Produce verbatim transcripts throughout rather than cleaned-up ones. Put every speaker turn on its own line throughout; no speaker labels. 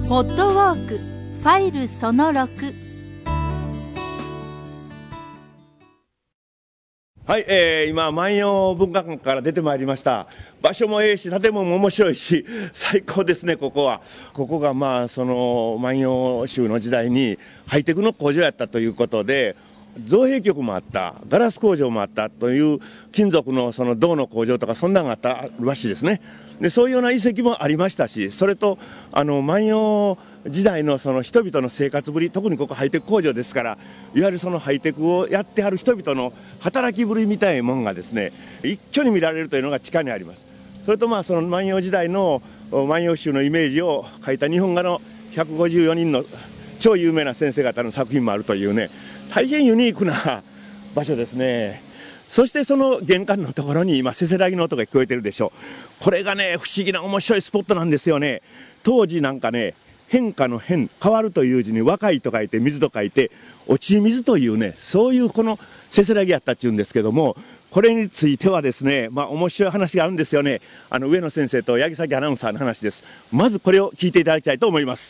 ポッドウォークファイルそのろく。
はい、えー、今万葉文化館から出てまいりました。場所もええし建物も面白いし最高ですね。ここはここがまあその万葉集の時代にハイテクの工場やったということで、造幣局もあった、ガラス工場もあったという金属のその銅の工場とかそんなのがあったらしいですね。でそういうような遺跡もありましたし、それとあの万葉時代のその人々の生活ぶり、特にここハイテク工場ですから、いわゆるそのハイテクをやってはる人々の働きぶりみたいなもんがですね、一挙に見られるというのが地下にあります。それとまあその万葉時代の万葉集のイメージを描いた日本画のひゃくごじゅうよにんの超有名な先生方の作品もあるというね、大変ユニークな場所ですね。そしてその玄関のところに今せせらぎの音が聞こえてるでしょう。これがね不思議な面白いスポットなんですよね。当時なんかね、変化の変、変わるという字に若いと書いて水と書いて落ち水というね、そういうこのせせらぎやったっていうんですけども、これについてはですね、まあ面白い話があるんですよね。あの上野先生と八木崎アナウンサーの話です。まずこれを聞いていただきたいと思います。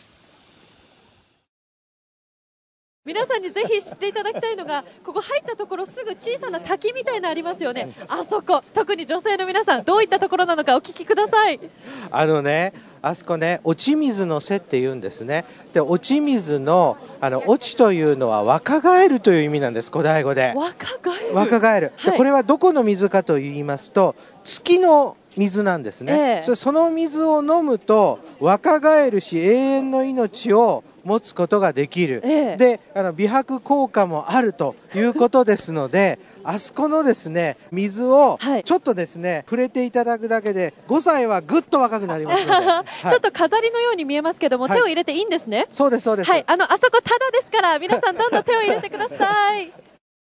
皆さんにぜひ知っていただきたいのが、ここ入ったところすぐ小さな滝みたいなのありますよね。あそこ、特に女性の皆さんどういったところなのかお聞きください。
あのね、あそこね、落ち水の瀬っていうんですね。で落ち水のあの落ちというのは若返るという意味なんです、古代語で。
若返る、
若返る、
はい、
でこれはどこの水かと言いますと月の水なんですね、ええ、そ, その水を飲むと若返るし永遠の命を持つことができる、ええ、であの美白効果もあるということですのであそこのですね水をちょっとですね、はい、触れていただくだけでごさいはぐっと若くなりますので、はい、
ちょっと飾りのように見えますけども、はい、手を入れていいんですね。
そうですそうです、
はい、あのあそこただですから皆さんどんどん手を入れてください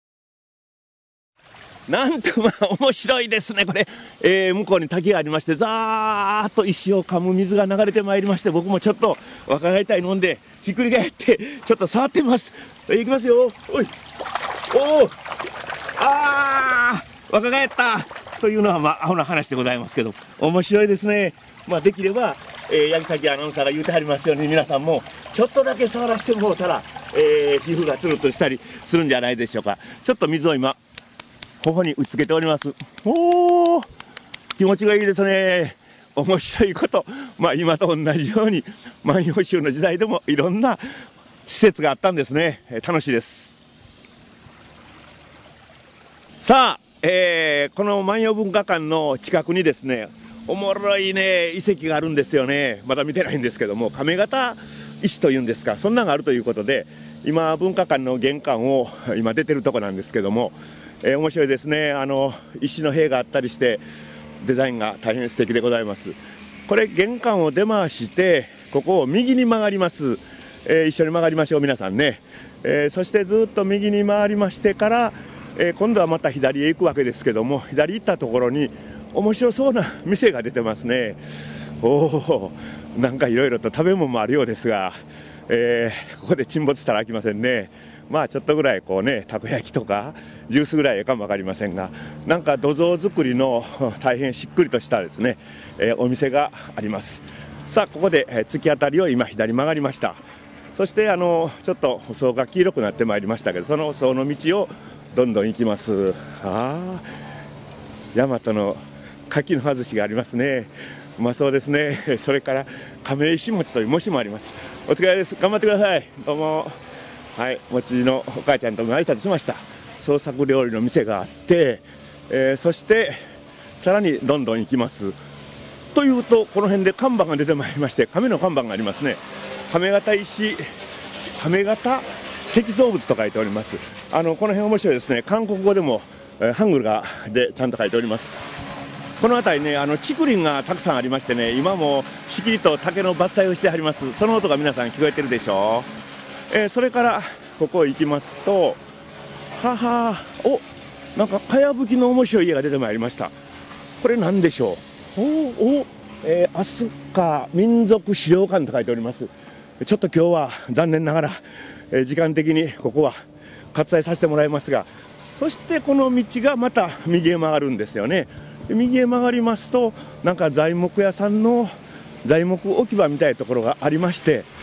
なんとまあ面白いですねこれ、えー、向こうに滝がありまして、ざーっと石を噛む水が流れてまいりまして、僕もちょっと若返りたいのんでひっくり返ってちょっと触ってみます。いきますよ。おいおお、あー若返ったというのはまあアホな話でございますけど面白いですね。まあできれば、えー、八木崎アナウンサーが言うてはりますように、皆さんもちょっとだけ触らせてもらったら、えー、皮膚がつるっとしたりするんじゃないでしょうか。ちょっと水を今頬に打ち付けております。おー、気持ちがいいですね。面白いこと、まあ、今と同じように万葉集の時代でもいろんな施設があったんですね。楽しいです。さあ、えー、この万葉文化館の近くにですね、おもろいね遺跡があるんですよね。まだ見てないんですけども、亀形石というんですか、そんなのがあるということで、今文化館の玄関を今出てるとこなんですけども、えー、面白いですね。あの石の塀があったりしてデザインが大変素敵でございます。これ玄関を出回してここを右に曲がります、えー、一緒に曲がりましょう皆さんね、えー、そしてずっと右に回りましてから、えー、今度はまた左へ行くわけですけども、左行ったところに面白そうな店が出てますね。おお、なんかいろいろと食べ物もあるようですが、えー、ここで沈没したらあきませんね。まあちょっとぐらいこうね、たこ焼きとかジュースぐらいかも分かりませんが、なんか土蔵作りの大変しっくりとしたですね、えー、お店があります。さあここで、えー、突き当たりを今左曲がりました。そしてあのちょっと舗装が黄色くなってまいりましたけど、その舗装の道をどんどん行きます。ああ、大和の柿の外しがありますね。うまそうですね。それから亀石餅という餅もあります。お疲れです。頑張ってください。どうも。はい、餅のお母ちゃんとも挨拶しました。創作料理の店があって、えー、そしてさらにどんどん行きますというと、この辺で看板が出てまいりまして、亀の看板がありますね。亀形石、亀形石造物と書いております。あのこの辺面白いですね。韓国語でも、えー、ハングルがでちゃんと書いております。この辺りね、あの竹林がたくさんありましてね、今もしきりと竹の伐採をしてあります。その音が皆さん聞こえてるでしょう。えー、それからここ行きますと、ははお、なんかかやぶきの面白い家が出てまいりました。これ何でしょう。おお、えー、飛鳥民族資料館と書いております。ちょっと今日は残念ながら、えー、時間的にここは割愛させてもらいますが、そしてこの道がまた右へ曲がるんですよね。で右へ曲がりますと、なんか材木屋さんの材木置き場みたいなところがありまして、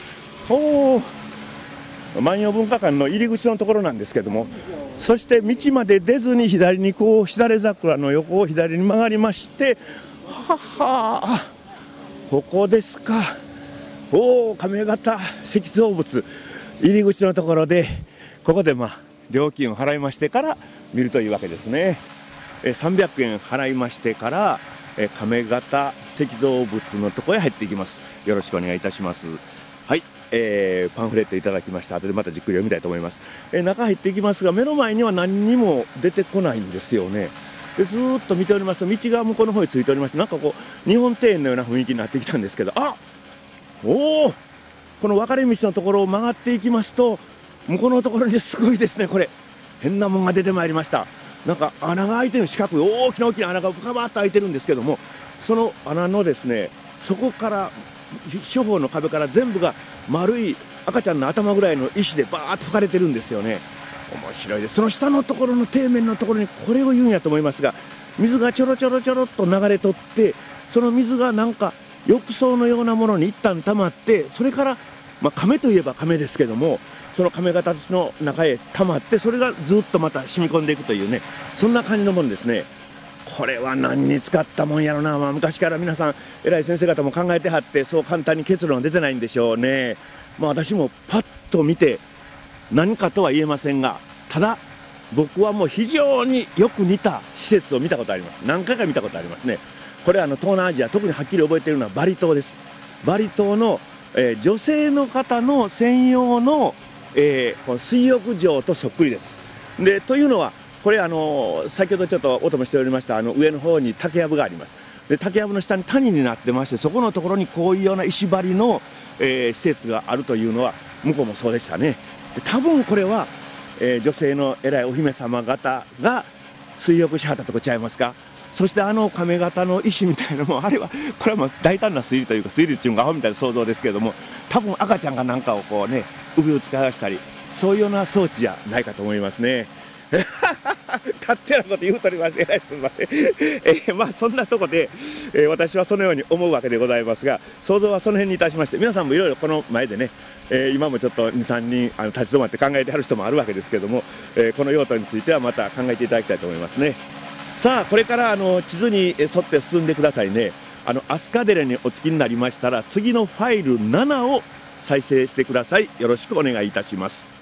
おー、万葉文化館の入り口のところなんですけども、そして道まで出ずに左にこうしだれ桜の横を左に曲がりまして、ははここですか。おお、亀型石造物入り口のところで、ここでまあ料金を払いましてから見るというわけですね。えさんびゃくえん払いましてからえ亀型石造物のところへ入っていきます。よろしくお願いいたします。はい、えー、パンフレットいただきました。後でまたじっくり読みたいと思います。えー、中入っていきますが、目の前には何にも出てこないんですよね。でずーっと見ておりますと、道が向こうの方についておりまして、なんかこう日本庭園のような雰囲気になってきたんですけど、あおお、この分かれ道のところを曲がっていきますと、向こうのところにすごいですね、これ変なもんが出てまいりました。なんか穴が開いてる、四角い大きな大きな穴がブカバーッと開いてるんですけども、その穴のですね、そこから四方の壁から全部が丸い赤ちゃんの頭ぐらいの石でバーッと吹かれてるんですよね。面白いです。その下のところの底面のところにこれを言うんやと思いますが、水がちょろちょろちょろっと流れとって、その水がなんか浴槽のようなものに一旦溜まって、それから、まあ、亀といえば亀ですけども、その亀型の中へ溜まって、それがずっとまた染み込んでいくというね、そんな感じのものですね。これは何に使ったもんやろな、まあ、昔から皆さん偉い先生方も考えてはって、そう簡単に結論が出てないんでしょうね。まあ、私もパッと見て何かとは言えませんが、ただ僕はもう非常によく似た施設を見たことあります。何回か見たことありますね。これはあの東南アジア、特にはっきり覚えているのはバリ島です。バリ島の、えー、女性の方の専用の、えー、この水浴場とそっくりです。でというのは、これあの先ほどちょっと音もしておりました、あの上の方に竹やぶがあります。で竹やぶの下に谷になってまして、そこのところにこういうような石張りの、えー、施設があるというのは向こうもそうでしたね。で多分これは、えー、女性の偉いお姫様方が水浴しはったとこちゃいますか。そしてあの亀型の石みたいなもん、あれはこれはもう大胆な推理というか、推理っていうのがアホみたいな想像ですけども、多分赤ちゃんがなんかをこうね産を使わしたり、そういうような装置じゃないかと思いますね。勝手なこと言うとりません。えらいすみません。えー、まあそんなとこで、えー、私はそのように思うわけでございますが、想像はその辺にいたしまして、皆さんもいろいろこの前でね、えー、今もちょっとに、さんにんあの立ち止まって考えてはる人もあるわけですけども、えー、この用途についてはまた考えていただきたいと思いますね。さあこれからあの地図に沿って進んでくださいね。あの飛鳥寺にお着きになりましたら、次のファイルななを再生してください。よろしくお願いいたします。